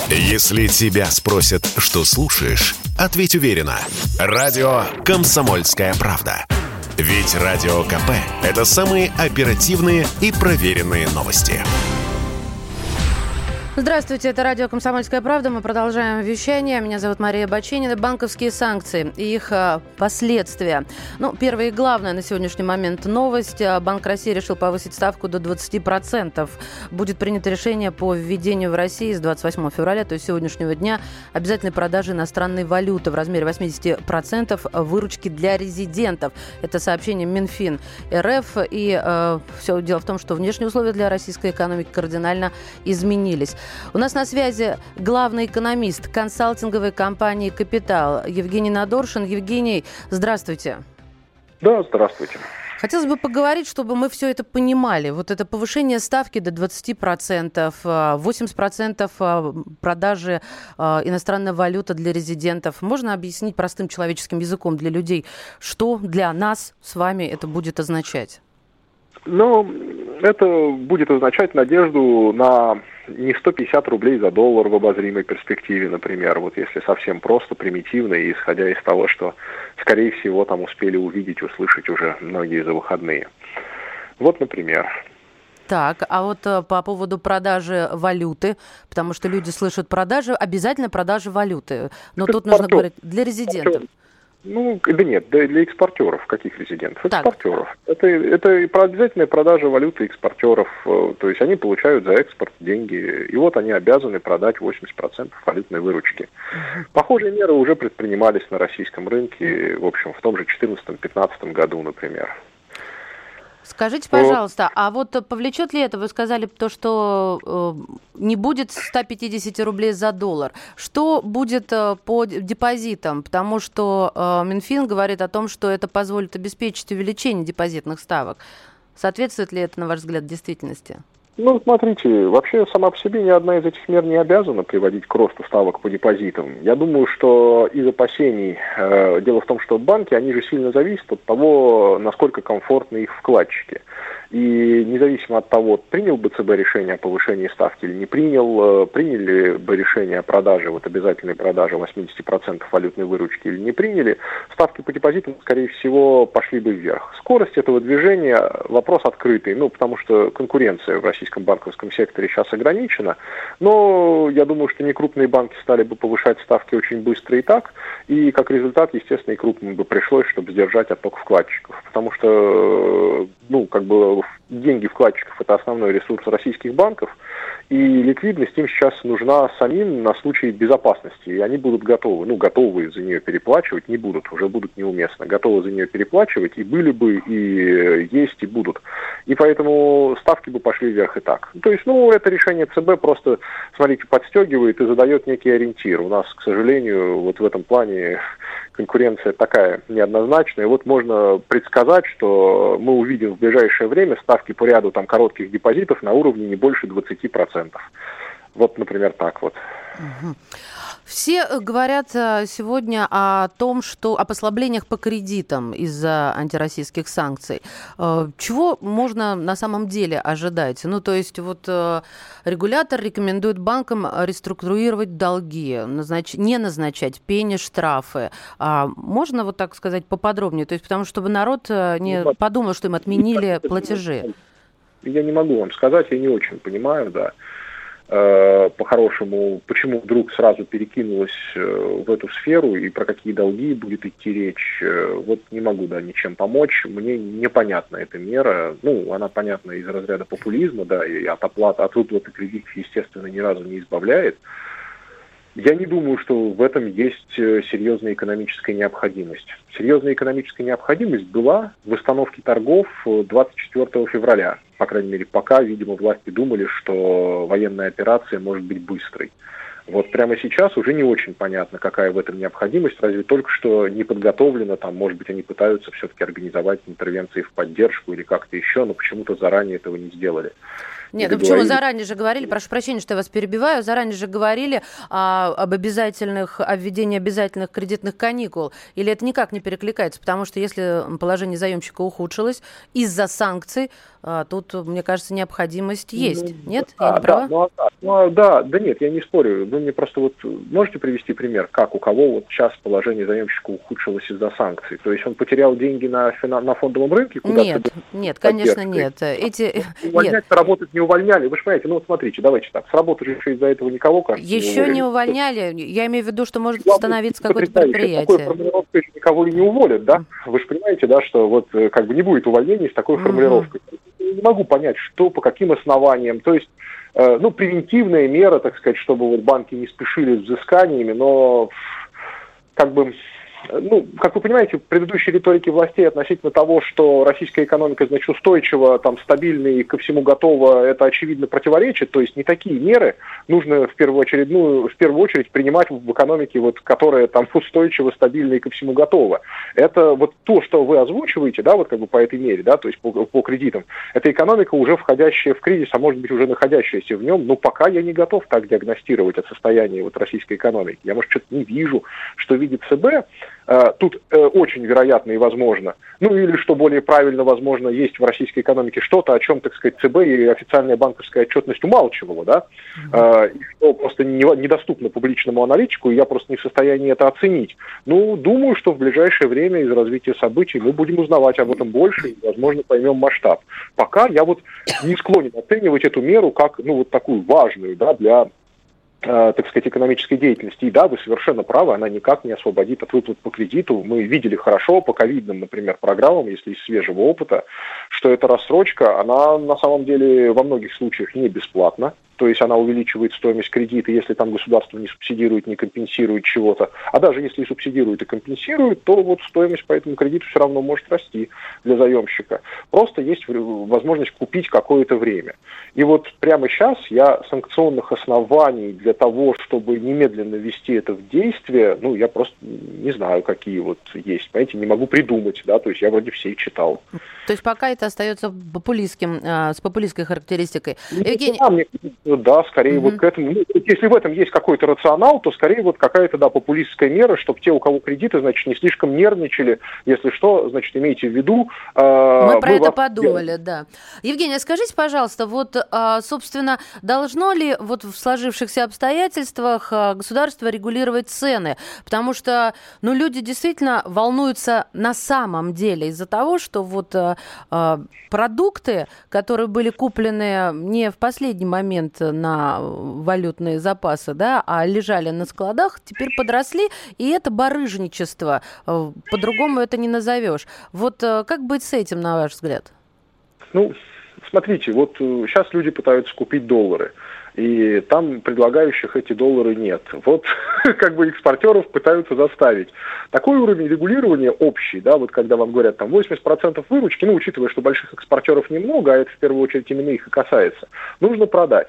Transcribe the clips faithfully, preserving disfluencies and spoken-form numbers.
Если тебя спросят, что слушаешь, ответь уверенно. Радио «Комсомольская правда». Ведь Радио КП – это самые оперативные и проверенные новости. Здравствуйте, это радио «Комсомольская правда». Мы продолжаем вещание. Меня зовут Мария Баченина. Банковские санкции и их а, последствия. Ну, первая и главная на сегодняшний момент новость. Банк России решил повысить ставку до двадцати процентов. Будет принято решение по введению в России с двадцать восьмого февраля, то есть сегодняшнего дня, обязательной продажи иностранной валюты в размере восемьдесят процентов выручки для резидентов. Это сообщение Минфин РФ. И э, все дело в том, что внешние условия для российской экономики кардинально изменились. У нас на связи главный экономист консалтинговой компании «Капитал» Евгений Надоршин. Евгений, здравствуйте. Да, здравствуйте. Хотелось бы поговорить, чтобы мы все это понимали. Вот это повышение ставки до двадцати процентов, восемьдесят процентов продажи иностранной валюты для резидентов. Можно объяснить простым человеческим языком для людей, что для нас с вами это будет означать? Ну, это будет означать надежду на не сто пятьдесят рублей за доллар в обозримой перспективе, например, вот если совсем просто, примитивно, и исходя из того, что, скорее всего, там успели увидеть, услышать уже многие за выходные. Вот, например. Так, а вот по поводу продажи валюты, потому что люди слышат продажи, обязательно продажа валюты, но это тут нужно говорить для резидентов. Ну, да нет, да для экспортеров. Каких резидентов? Экспортеров. Это, это обязательная продажа валюты экспортеров. То есть они получают за экспорт деньги. И вот они обязаны продать восемьдесят процентов валютной выручки. Uh-huh. Похожие меры уже предпринимались на российском рынке, в общем, в том же четырнадцатом-пятнадцатом году, например. Скажите, пожалуйста, а вот повлечет ли это, вы сказали, то, что э, не будет ста пятидесяти рублей за доллар. Что будет э, по депозитам? Потому что э, Минфин говорит о том, что это позволит обеспечить увеличение депозитных ставок. Соответствует ли это, на ваш взгляд, действительности? Ну, смотрите, вообще сама по себе ни одна из этих мер не обязана приводить к росту ставок по депозитам. Я думаю, что из опасений, э, дело в том, что банки, они же сильно зависят от того, насколько комфортны их вкладчики. И независимо от того, принял бы ЦБ решение о повышении ставки или не принял, э, приняли бы решение о продаже, вот обязательной продаже восемьдесят процентов валютной выручки или не приняли, ставки по депозитам, скорее всего, пошли бы вверх. Скорость этого движения – вопрос открытый, ну, потому что конкуренция в российском банковском секторе сейчас ограничена, но я думаю, что некрупные банки стали бы повышать ставки очень быстро и так, и как результат, естественно, и крупным бы пришлось, чтобы сдержать отток вкладчиков, потому что, ну, как бы деньги вкладчиков – это основной ресурс российских банков, и ликвидность им сейчас нужна самим на случай безопасности, и они будут готовы, ну, готовы за нее переплачивать, не будут, уже будут неуместно, готовы за нее переплачивать, и были бы, и есть, и будут. И поэтому ставки бы пошли вверх и так. То есть, ну, это решение ЦБ просто, смотрите, подстегивает и задает некий ориентир. У нас, к сожалению, вот в этом плане конкуренция такая неоднозначная. Вот можно предсказать, что мы увидим в ближайшее время ставки по ряду там коротких депозитов на уровне не больше двадцати процентов. Вот, например, так вот. Угу. Все говорят сегодня о том, что о послаблениях по кредитам из-за антироссийских санкций. Чего можно на самом деле ожидать? Ну, то есть вот регулятор рекомендует банкам реструктурировать долги, назнач... не назначать пени, штрафы. А можно вот так сказать поподробнее? То есть потому что чтобы народ не ну, подумал, что им отменили платежи. Я не могу вам сказать, я не очень понимаю, да. По-хорошему, почему вдруг сразу перекинулось в эту сферу и про какие долги будет идти речь, вот не могу, да, ничем помочь. Мне непонятна эта мера. Ну, она понятна из разряда популизма, да, и от оплаты, от выплаты кредитов, естественно, ни разу не избавляет. Я не думаю, что в этом есть серьезная экономическая необходимость. Серьезная экономическая необходимость была в остановке торгов двадцать четвёртого февраля. По крайней мере, пока, видимо, власти думали, что военная операция может быть быстрой. Вот прямо сейчас уже не очень понятно, какая в этом необходимость, разве только что не подготовлено, там, может быть, они пытаются все-таки организовать интервенции в поддержку или как-то еще, но почему-то заранее этого не сделали. Нет, ну почему заранее же говорили, прошу прощения, что я вас перебиваю, заранее же говорили а, об обязательных, о введении обязательных кредитных каникул, или это никак не перекликается, потому что если положение заемщика ухудшилось из-за санкций, тут, мне кажется, необходимость есть. Ну, нет? Да, я не права? Да, ну, да, ну, да, да нет, я не спорю. Вы мне просто вот можете привести пример, как у кого вот сейчас положение заемщика ухудшилось из-за санкций? То есть он потерял деньги на, на фондовом рынке? Нет, нет, конечно, нет. Эти... Увольнять, работать не увольняли. Вы же понимаете, ну вот смотрите, давайте так, с работы же еще из-за этого никого, кажется, еще не увольняли. Не увольняли. Я имею в виду, что может остановиться какое-то предприятие. Такой формулировкой никого и не уволят, да? Вы же понимаете, да, что вот как бы не будет увольнений с такой формулировкой. Не могу понять, что, по каким основаниям. То есть, э, ну, превентивная мера, так сказать, чтобы вот банки не спешили с взысканиями, но как бы... Ну, как вы понимаете, в предыдущей риторике властей относительно того, что российская экономика, значит, устойчива, там, стабильна и ко всему готова, это очевидно противоречит. То есть не такие меры нужно в первую очередь, ну, в первую очередь принимать в экономике, вот, которая там устойчива, стабильна и ко всему готова. Это вот то, что вы озвучиваете, да, вот как бы по этой мере, да, то есть по, по кредитам. Это экономика, уже входящая в кризис, а может быть уже находящаяся в нем. Но пока я не готов так диагностировать от состояния вот российской экономики. Я, может, что-то не вижу, что видит ЦБ. Тут э, очень вероятно и возможно, ну или, что более правильно, возможно, есть в российской экономике что-то, о чем, так сказать, ЦБ и официальная банковская отчетность умалчивала, да, mm-hmm. э, и что просто не, недоступно публичному аналитику, и я просто не в состоянии это оценить. Ну, думаю, что в ближайшее время из развития событий мы будем узнавать об этом больше и, возможно, поймем масштаб. Пока я вот не склонен оценивать эту меру как, ну, вот такую важную, да, для... так сказать, экономической деятельности. И да, вы совершенно правы, она никак не освободит от выплат по кредиту. Мы видели хорошо по ковидным, например, программам, если из свежего опыта, что эта рассрочка, она на самом деле во многих случаях не бесплатна. То есть она увеличивает стоимость кредита, если там государство не субсидирует, не компенсирует чего-то. А даже если и субсидирует и компенсирует, то вот стоимость по этому кредиту все равно может расти для заемщика. Просто есть возможность купить какое-то время. И вот прямо сейчас я санкционных оснований для того, чтобы немедленно ввести это в действие, ну, я просто не знаю, какие вот есть. Понимаете, не могу придумать, да, то есть я вроде все читал. То есть пока это остается популистским, э, с популистской характеристикой. Ну, Евгений... да, мне, да, скорее угу. вот к этому. Ну, если в этом есть какой-то рационал, то скорее вот какая-то, да, популистская мера, чтобы те, у кого кредиты, значит, не слишком нервничали. Если что, значит, имейте в виду... Э, мы про это вас... подумали, да. Евгений, скажите, пожалуйста, вот, э, собственно, должно ли вот в сложившихся обстоятельствах э, государство регулировать цены? Потому что, ну, люди действительно волнуются на самом деле из-за того, что вот э, э, продукты, которые были куплены не в последний момент на валютные запасы, да, а лежали на складах, теперь подросли, и это барыжничество. По-другому это не назовешь. Вот как быть с этим, на ваш взгляд? Ну, смотрите, вот сейчас люди пытаются купить доллары. И там предлагающих эти доллары нет. Вот как бы экспортеров пытаются заставить. Такой уровень регулирования общий, да, вот когда вам говорят там восемьдесят процентов выручки, ну, учитывая, что больших экспортеров немного, а это в первую очередь именно их и касается, нужно продать,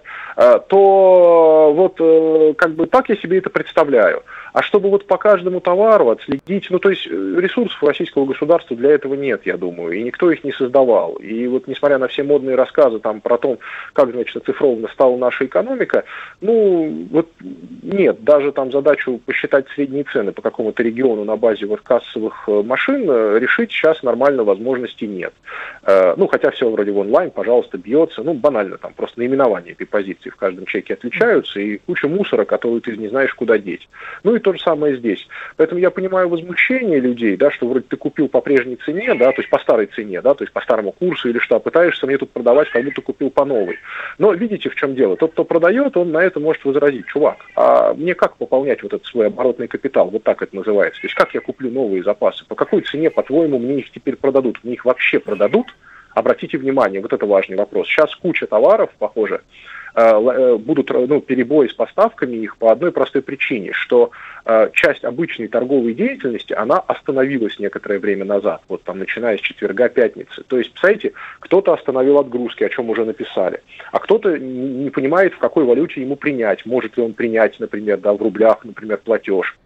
то вот как бы так я себе это представляю. А чтобы вот по каждому товару отследить, ну, то есть ресурсов российского государства для этого нет, я думаю, и никто их не создавал. И вот несмотря на все модные рассказы там про то, как, значит, оцифрована стала наша экономика, ну, вот нет, даже там задачу посчитать средние цены по какому-то региону на базе вот кассовых машин решить сейчас нормально возможности нет. Ну, хотя все вроде в онлайн, пожалуйста, бьется, ну, банально, там просто наименования этой позиции в каждом чеке отличаются, и куча мусора, которую ты не знаешь, куда деть. Ну, и то же самое здесь. Поэтому я понимаю возмущение людей, да, что вроде ты купил по прежней цене, да, то есть по старой цене, да, то есть по старому курсу или что, а пытаешься мне тут продавать, как будто купил по новой. Но видите, в чем дело? Тот, кто продает, он на это может возразить: чувак, а мне как пополнять вот этот свой оборотный капитал? Вот так это называется. То есть как я куплю новые запасы? По какой цене, по-твоему, мне их теперь продадут? Мне их вообще продадут? Обратите внимание, вот это важный вопрос. Сейчас куча товаров, похоже, будут, ну, перебои с поставками их по одной простой причине, что э, часть обычной торговой деятельности, она остановилась некоторое время назад, вот там начиная с четверга, пятницы. То есть, представляете, кто-то остановил отгрузки, о чем уже написали, а кто-то не понимает, в какой валюте ему принять, может ли он принять, например, да, в рублях, например, платеж.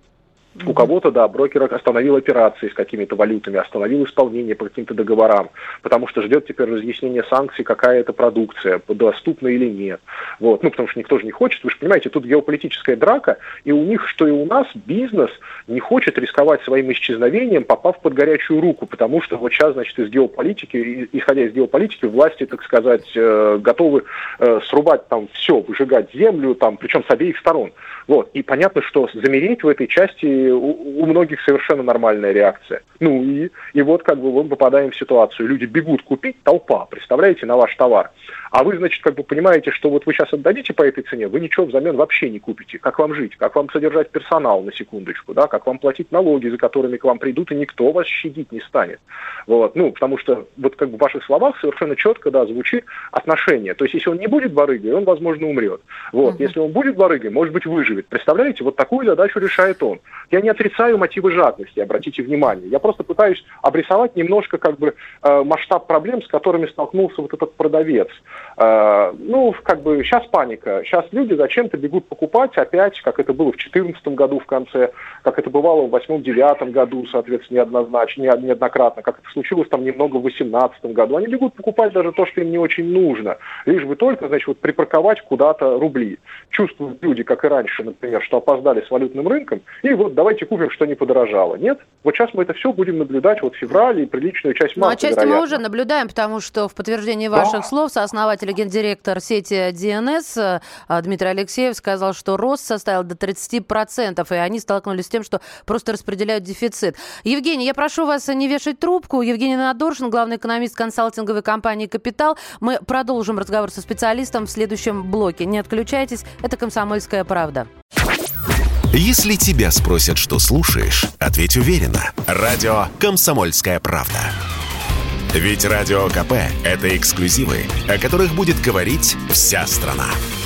У кого-то, да, брокер остановил операции с какими-то валютами, остановил исполнение по каким-то договорам, потому что ждет теперь разъяснение санкций, какая это продукция, доступна или нет. Вот. Ну, потому что никто же не хочет, вы же понимаете, тут геополитическая драка, и у них, что и у нас, бизнес не хочет рисковать своим исчезновением, попав под горячую руку, потому что вот сейчас, значит, из геополитики, исходя из геополитики, власти, так сказать, готовы срубать там все, выжигать землю, там, причем с обеих сторон. Вот. И понятно, что замереть в этой части у, у многих совершенно нормальная реакция. Ну и, и вот как бы мы попадаем в ситуацию. Люди бегут купить, толпа, представляете, на ваш товар. А вы, значит, как бы понимаете, что вот вы сейчас отдадите по этой цене, вы ничего взамен вообще не купите. Как вам жить? Как вам содержать персонал, на секундочку, да? Как вам платить налоги, за которыми к вам придут, и никто вас щадить не станет. Вот. Ну, потому что вот как бы в ваших словах совершенно четко, да, звучит отношение. То есть, если он не будет барыгой, он, возможно, умрет. Вот. Uh-huh. Если он будет барыгой, может быть, выживет. Представляете, вот такую задачу решает он. Я не отрицаю мотивы жадности, обратите внимание. Я просто пытаюсь обрисовать немножко как бы э, масштаб проблем, с которыми столкнулся вот этот продавец. Э, ну, как бы сейчас паника. Сейчас люди зачем-то бегут покупать опять, как это было в две тысячи четырнадцатом году в конце, как это бывало в две тысячи восьмом-девятом году, соответственно, неоднозначно, неоднократно, как это случилось там немного в две тысячи восемнадцатом году. Они бегут покупать даже то, что им не очень нужно, лишь бы только, значит, вот припарковать куда-то рубли. Чувствуют люди, как и раньше, например, что опоздали с валютным рынком, и вот давайте купим, что не подорожало. Нет? Вот сейчас мы это все будем наблюдать вот в феврале и приличную часть марта, Ну, отчасти вероятно. мы уже наблюдаем, потому что в подтверждении ваших да. слов сооснователь и гендиректор сети ди эн эс Дмитрий Алексеев сказал, что рост составил до тридцать процентов, и они столкнулись с тем, что просто распределяют дефицит. Евгений, я прошу вас не вешать трубку. Евгений Надоршин, главный экономист консалтинговой компании «Капитал». Мы продолжим разговор со специалистом в следующем блоке. Не отключайтесь. Это «Комсомольская правда». Если тебя спросят, что слушаешь, ответь уверенно. Радио «Комсомольская правда». Ведь Радио КП – это эксклюзивы, о которых будет говорить вся страна.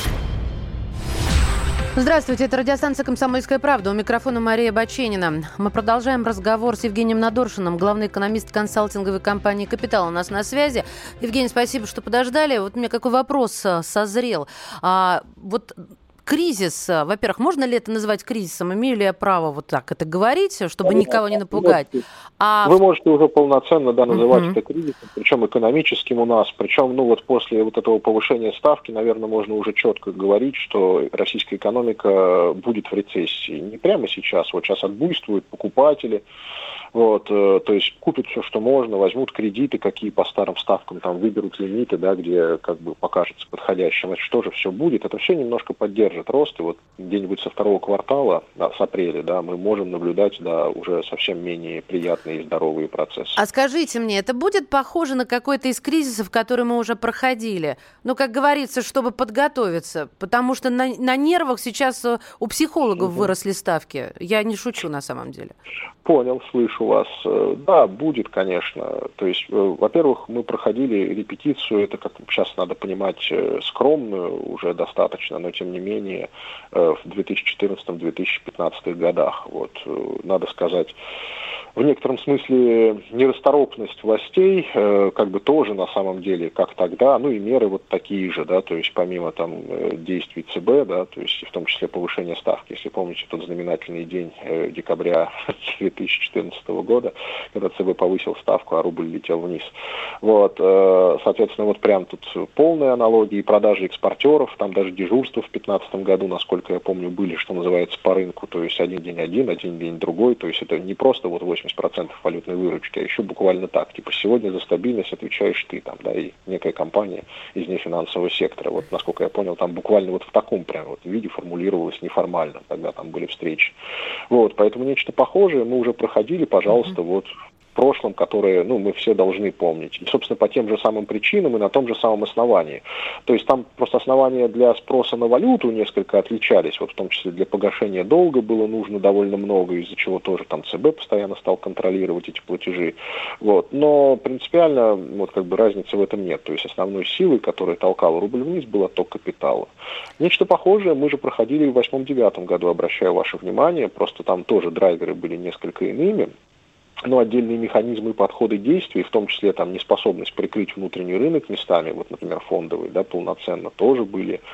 Здравствуйте, это радиостанция «Комсомольская правда». У микрофона Мария Баченина. Мы продолжаем разговор с Евгением Надоршиным, главный экономист консалтинговой компании «Капитал». У нас на связи. Евгений, спасибо, что подождали. Вот у меня какой вопрос созрел. А, вот... Кризис, во-первых, можно ли это называть кризисом? Имею ли я право вот так это говорить, чтобы Конечно. никого не напугать? Вы, а... вы можете уже полноценно да, называть uh-huh. это кризисом, причем экономическим у нас. Причем, ну вот после вот этого повышения ставки, наверное, можно уже четко говорить, что российская экономика будет в рецессии. Не прямо сейчас, вот сейчас отбуйствуют покупатели. Вот, то есть купят все, что можно, возьмут кредиты, какие по старым ставкам, там выберут лимиты, да, где как бы покажется подходящим. Значит, что же все будет? Это все немножко поддержит рост. И вот где-нибудь со второго квартала, да, с апреля, да, мы можем наблюдать, да, уже совсем менее приятные и здоровые процессы. А скажите мне, это будет похоже на какой-то из кризисов, который мы уже проходили? Ну, как говорится, чтобы подготовиться, потому что на, на нервах сейчас у психологов угу. выросли ставки. Я не шучу на самом деле. Понял, слышу вас. Да, будет, конечно. То есть, во-первых, мы проходили репетицию, это, как сейчас надо понимать, скромную уже достаточно, но тем не менее в две тысячи четырнадцатом - две тысячи пятнадцатом годах. Вот, надо сказать, в некотором смысле нерасторопность властей, э, как бы тоже на самом деле, как тогда, ну и меры вот такие же, да, то есть помимо там действий ЦБ, да, то есть в том числе повышение ставки, если помните тот знаменательный день э, декабря две тысячи четырнадцатого года, когда ЦБ повысил ставку, а рубль летел вниз. Вот, э, соответственно, вот прям тут полные аналогии, продажи экспортеров, там даже дежурства в пятнадцатом году, насколько я помню, были, что называется, по рынку, то есть один день один, один день другой, то есть это не просто вот восемьдесят процентов валютной выручки, а еще буквально так. Типа сегодня за стабильность отвечаешь ты, там, да, и некая компания из нефинансового сектора. Вот, насколько я понял, там буквально вот в таком прям вот виде формулировалось неформально, когда там были встречи. Вот, поэтому нечто похожее мы уже проходили, пожалуйста, mm-hmm. вот в прошлом, которые, ну, мы все должны помнить. И, собственно, по тем же самым причинам и на том же самом основании. То есть там просто основания для спроса на валюту несколько отличались, вот в том числе для погашения долга было нужно довольно много, из-за чего тоже там ЦБ постоянно стал контролировать эти платежи. Вот. Но принципиально вот как бы разницы в этом нет. То есть основной силой, которая толкала рубль вниз, был отток капитала. Нечто похожее мы же проходили и в восьмом-девятом году, обращаю ваше внимание, просто там тоже драйверы были несколько иными. Но отдельные механизмы и подходы действий, в том числе там неспособность прикрыть внутренний рынок местами, вот, например, фондовый, да, полноценно, тоже были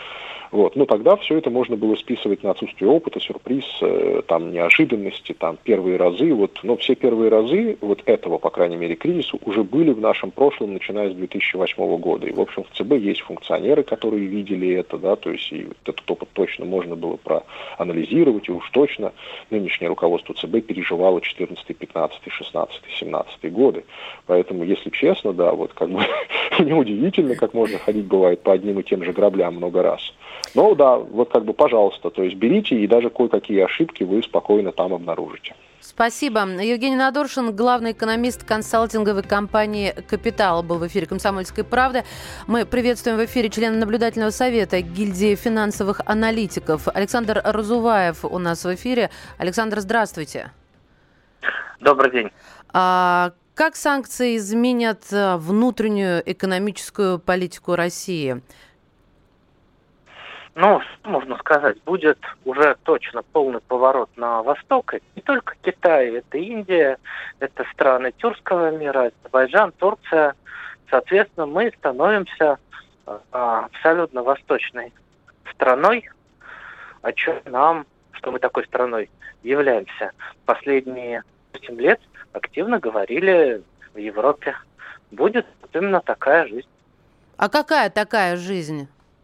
Вот. Ну, тогда все это можно было списывать на отсутствие опыта, сюрприз, э, там, неожиданности, там, первые разы. Вот. Но все первые разы вот этого, по крайней мере, кризиса уже были в нашем прошлом, начиная с две тысячи восьмого года. И, в общем, в ЦБ есть функционеры, которые видели это, да, то есть и вот этот опыт точно можно было проанализировать, и уж точно нынешнее руководство ЦБ переживало четырнадцатый, пятнадцатый, шестнадцатый, семнадцатый годы. Поэтому, если честно, да, вот как бы неудивительно, как можно ходить, бывает, по одним и тем же граблям много раз. Но да, вот как бы, пожалуйста, то есть берите, и даже кое-какие ошибки вы спокойно там обнаружите. Спасибо. Евгений Надоршин, главный экономист консалтинговой компании «Капитал», был в эфире «Комсомольской правды». Мы приветствуем в эфире члена наблюдательного совета гильдии финансовых аналитиков Александр Разуваев у нас в эфире. Александр, здравствуйте. Добрый день. А как санкции изменят внутреннюю экономическую политику России? Ну, что можно сказать? Будет уже точно полный поворот на восток. И не только Китай, это Индия, это страны тюркского мира, Азербайджан, Турция. Соответственно, мы становимся а, абсолютно восточной страной, о чем нам, что мы такой страной являемся. Последние восемь лет активно говорили в Европе. Будет именно такая жизнь. А какая такая жизнь?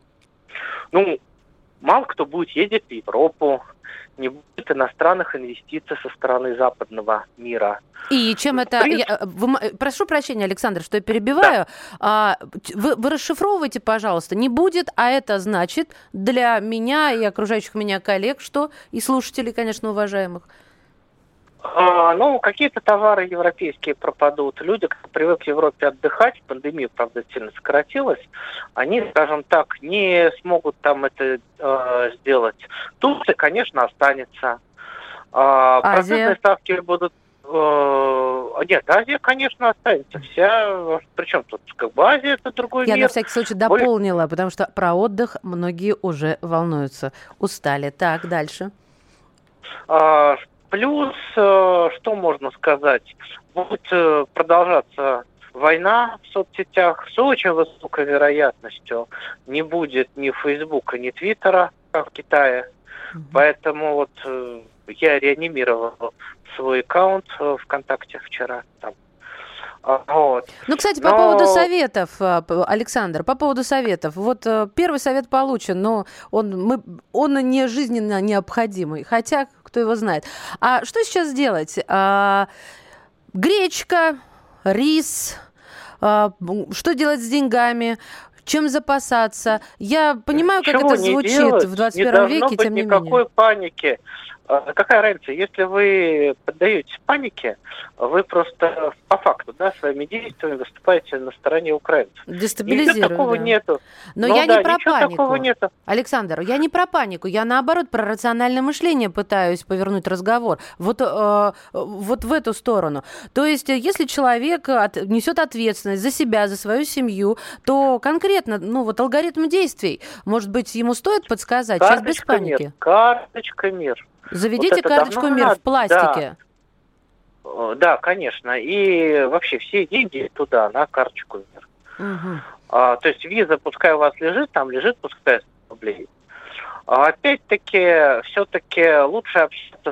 Ну, мало кто будет ездить в Европу, не будет иностранных инвестиций со стороны западного мира. И чем это... Принцип... Я, вы, прошу прощения, Александр, что я перебиваю. Да. А, вы, вы расшифровывайте, пожалуйста. Не будет, а это значит для меня и окружающих меня коллег, что и слушателей, конечно, уважаемых. А, ну, какие-то товары европейские пропадут. Люди, кто привык в Европе отдыхать, пандемия, правда, сильно сократилась, они, скажем так, не смогут там это э, сделать. Турция, конечно, останется. А, процентные ставки будут... Э, нет, Азия, конечно, останется. Вся... Причем тут как бы Азия, это другой Я мир. Я на всякий случай дополнила, Более... потому что про отдых многие уже волнуются. Устали. Так, дальше. А, Плюс, что можно сказать, будет продолжаться война в соцсетях с очень высокой вероятностью. Не будет ни Фейсбука, ни Твиттера, как в Китае. Mm-hmm. Поэтому вот я реанимировал свой аккаунт ВКонтакте вчера. Там. Вот. Ну, кстати, по но... поводу советов, Александр, по поводу советов. Вот первый совет получен, но он, мы, он не жизненно необходимый. Хотя... кто его знает. А что сейчас делать? А, гречка, рис, а, что делать с деньгами? Чем запасаться? Я понимаю, как Чего это звучит делать? в двадцать первом веке, тем не менее. Не должно быть никакой паники. Какая разница? Если вы поддаетесь панике, вы просто по факту, да, своими действиями выступаете на стороне украинцев. Дестабилизируете. Ничего такого да. нету. Но, Но я да, не про панику. Такого нету. Александр, я не про панику, я наоборот про рациональное мышление пытаюсь повернуть разговор. Вот, э, вот в эту сторону. То есть, если человек от, несет ответственность за себя, за свою семью, то конкретно, ну вот алгоритм действий, может быть, ему стоит подсказать? Карточка сейчас без паники. Мир. Карточка мир. Заведите вот карточку «Мир» в пластике. Да. да, конечно. И вообще все деньги туда, на карточку «Мир». Угу. А, то есть виза, пускай у вас лежит, там лежит, пускай сто рублей. А, опять-таки, все-таки лучше общаться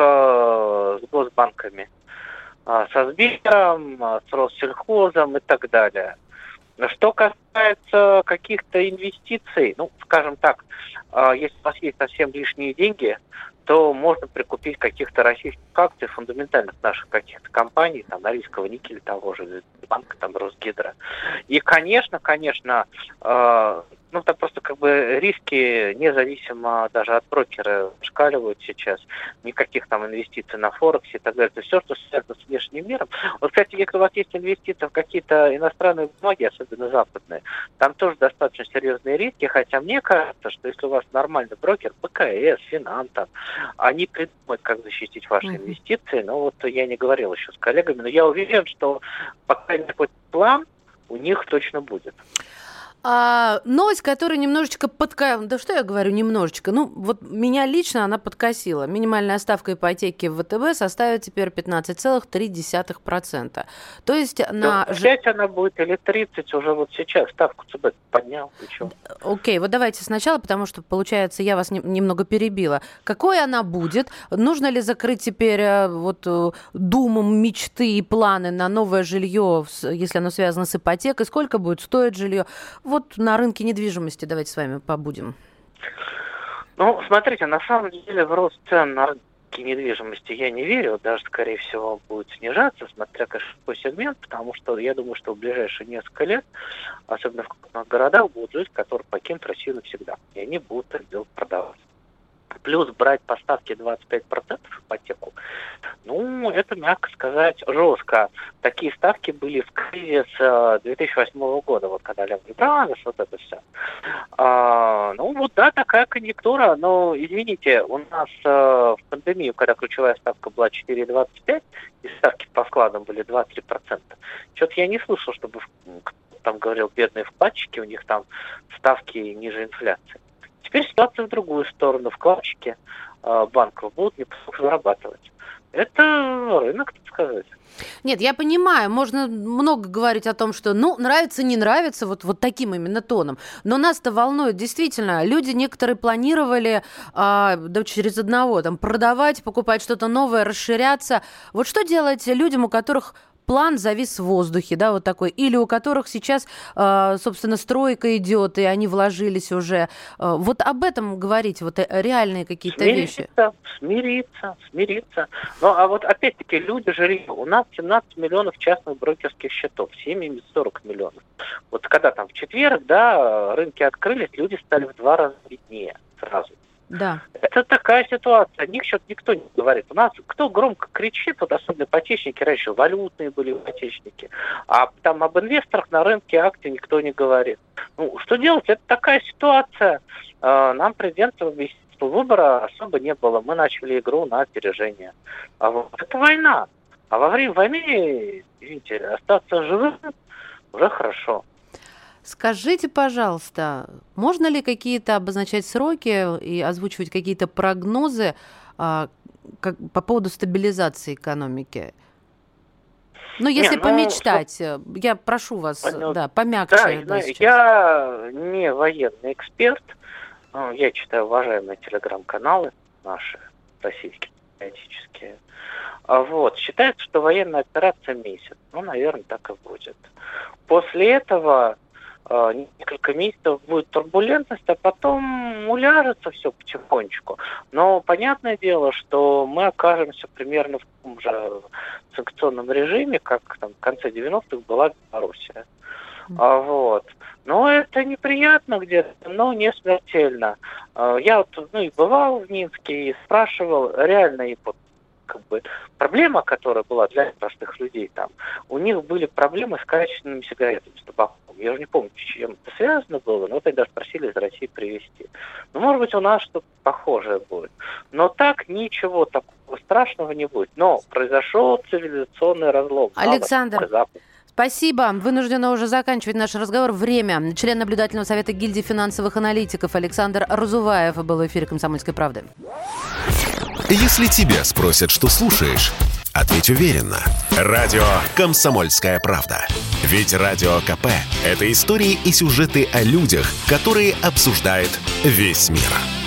только с госбанками. А, со Сбером, с Россельхозом и так далее. Что касается каких-то инвестиций, ну, скажем так, если у вас есть совсем лишние деньги, то можно прикупить каких-то российских акций, фундаментальных наших каких-то компаний, там, Норильского никеля того же, банка, там, Росгидро. И, конечно, конечно, э, ну, так просто как бы риски, независимо даже от брокера, шкаливают сейчас. Никаких там инвестиций на Форексе и так далее. То есть все, что связано с внешним миром. Вот, кстати, если у вас есть инвестиции в какие-то иностранные бумаги, особенно западные, там тоже достаточно серьезные риски, хотя мне кажется, что если у вас нормальный брокер, БКС, Финанта, они придумают, как защитить ваши mm-hmm. инвестиции. Но вот я не говорил еще с коллегами, но я уверен, что, по крайней мере, план у них точно будет. А, новость, которая немножечко подкосила, да что я говорю, немножечко, ну вот меня лично она подкосила. Минимальная ставка ипотеки в ВТБ составит теперь пятнадцать целых три десятых процента. То есть на... пять она будет или тридцать уже вот сейчас, ставку ЦБ поднял, и что? Окей, вот давайте сначала, потому что, получается, я вас не, немного перебила. Какой она будет? Нужно ли закрыть теперь вот думу, мечты и планы на новое жилье, если оно связано с ипотекой? Сколько будет стоить жилье? Вот на рынке недвижимости давайте с вами побудем. Ну, смотрите, на самом деле в рост цен на рынке недвижимости я не верю, даже, скорее всего, будет снижаться, смотря какой сегмент, потому что я думаю, что в ближайшие несколько лет, особенно в крупных городах, будут люди, которые покинут Россию навсегда, и они будут это делать продавать. Плюс брать по ставке двадцать пять процентов ипотеку, ну, это, мягко сказать, жестко. Такие ставки были в кризис две тысячи восьмого года, вот когда Лehman Brothers, вот это все. А, ну, вот, да, такая конъюнктура, но, извините, у нас а, в пандемию, когда ключевая ставка была четыре целых двадцать пять сотых, и ставки по вкладам были два-три процента, что-то я не слышал, чтобы кто-то там говорил, бедные вкладчики, у них там ставки ниже инфляции. Теперь ситуация в другую сторону. Вкладчики э, банков будут неплохо зарабатывать. Это рынок, так сказать. Нет, я понимаю, можно много говорить о том, что, ну, нравится, не нравится, вот, вот таким именно тоном. Но нас-то волнует, действительно, люди некоторые планировали, а, да, через одного, там, продавать, покупать что-то новое, расширяться. Вот что делать людям, у которых план завис в воздухе, да, вот такой, или у которых сейчас, собственно, стройка идет, и они вложились уже. Вот об этом говорить, вот реальные какие-то смириться, вещи. Смириться, смириться. Ну, а вот опять-таки люди жилье. У нас семнадцать миллионов частных брокерских счетов, семьями сорок миллионов. Вот когда там в четверг, да, рынки открылись, люди стали в два раза беднее сразу. Да. Это такая ситуация. О них что-то никто не говорит. У нас кто громко кричит, вот особенно ипотечники, раньше валютные были ипотечники, а там об инвесторах на рынке акций никто не говорит. Ну, что делать? Это такая ситуация. Нам президент объяснил, что выбора особо не было. Мы начали игру на опережение. А вот это война. А во время войны, извините, остаться живым уже хорошо. Скажите, пожалуйста, можно ли какие-то обозначать сроки и озвучивать какие-то прогнозы а, как, по поводу стабилизации экономики? Ну, если не, помечтать, ну, я прошу вас, понятно. Да, помягче. Да, да, я не военный эксперт, я читаю уважаемые телеграм-каналы наши, российские, политические. Вот, считается, что военная операция месяц. Ну, наверное, так и будет. После этого несколько месяцев будет турбулентность, а потом уляжется все потихонечку. Но понятное дело, что мы окажемся примерно в том же санкционном режиме, как там, в конце девяностых была Белоруссия. Mm. А, вот. Но это неприятно где-то, но не смертельно. А, я вот, ну, и бывал в Минске и спрашивал, реально и вот, как бы проблема, которая была для простых людей там, у них были проблемы с качественными сигаретами, с табаком. Я уже не помню, с чем это связано было, но вот они даже просили из России привезти. Ну, может быть, у нас что-то похожее будет. Но так ничего такого страшного не будет. Но произошел цивилизационный разлом. Александр, спасибо. Вынуждена уже заканчивать наш разговор. Время. Член наблюдательного совета гильдии финансовых аналитиков Александр Разуваев был в эфире «Комсомольской правды». Если тебя спросят, что слушаешь, ответь уверенно. Радио «Комсомольская правда». Ведь Радио КП – это истории и сюжеты о людях, которые обсуждает весь мир.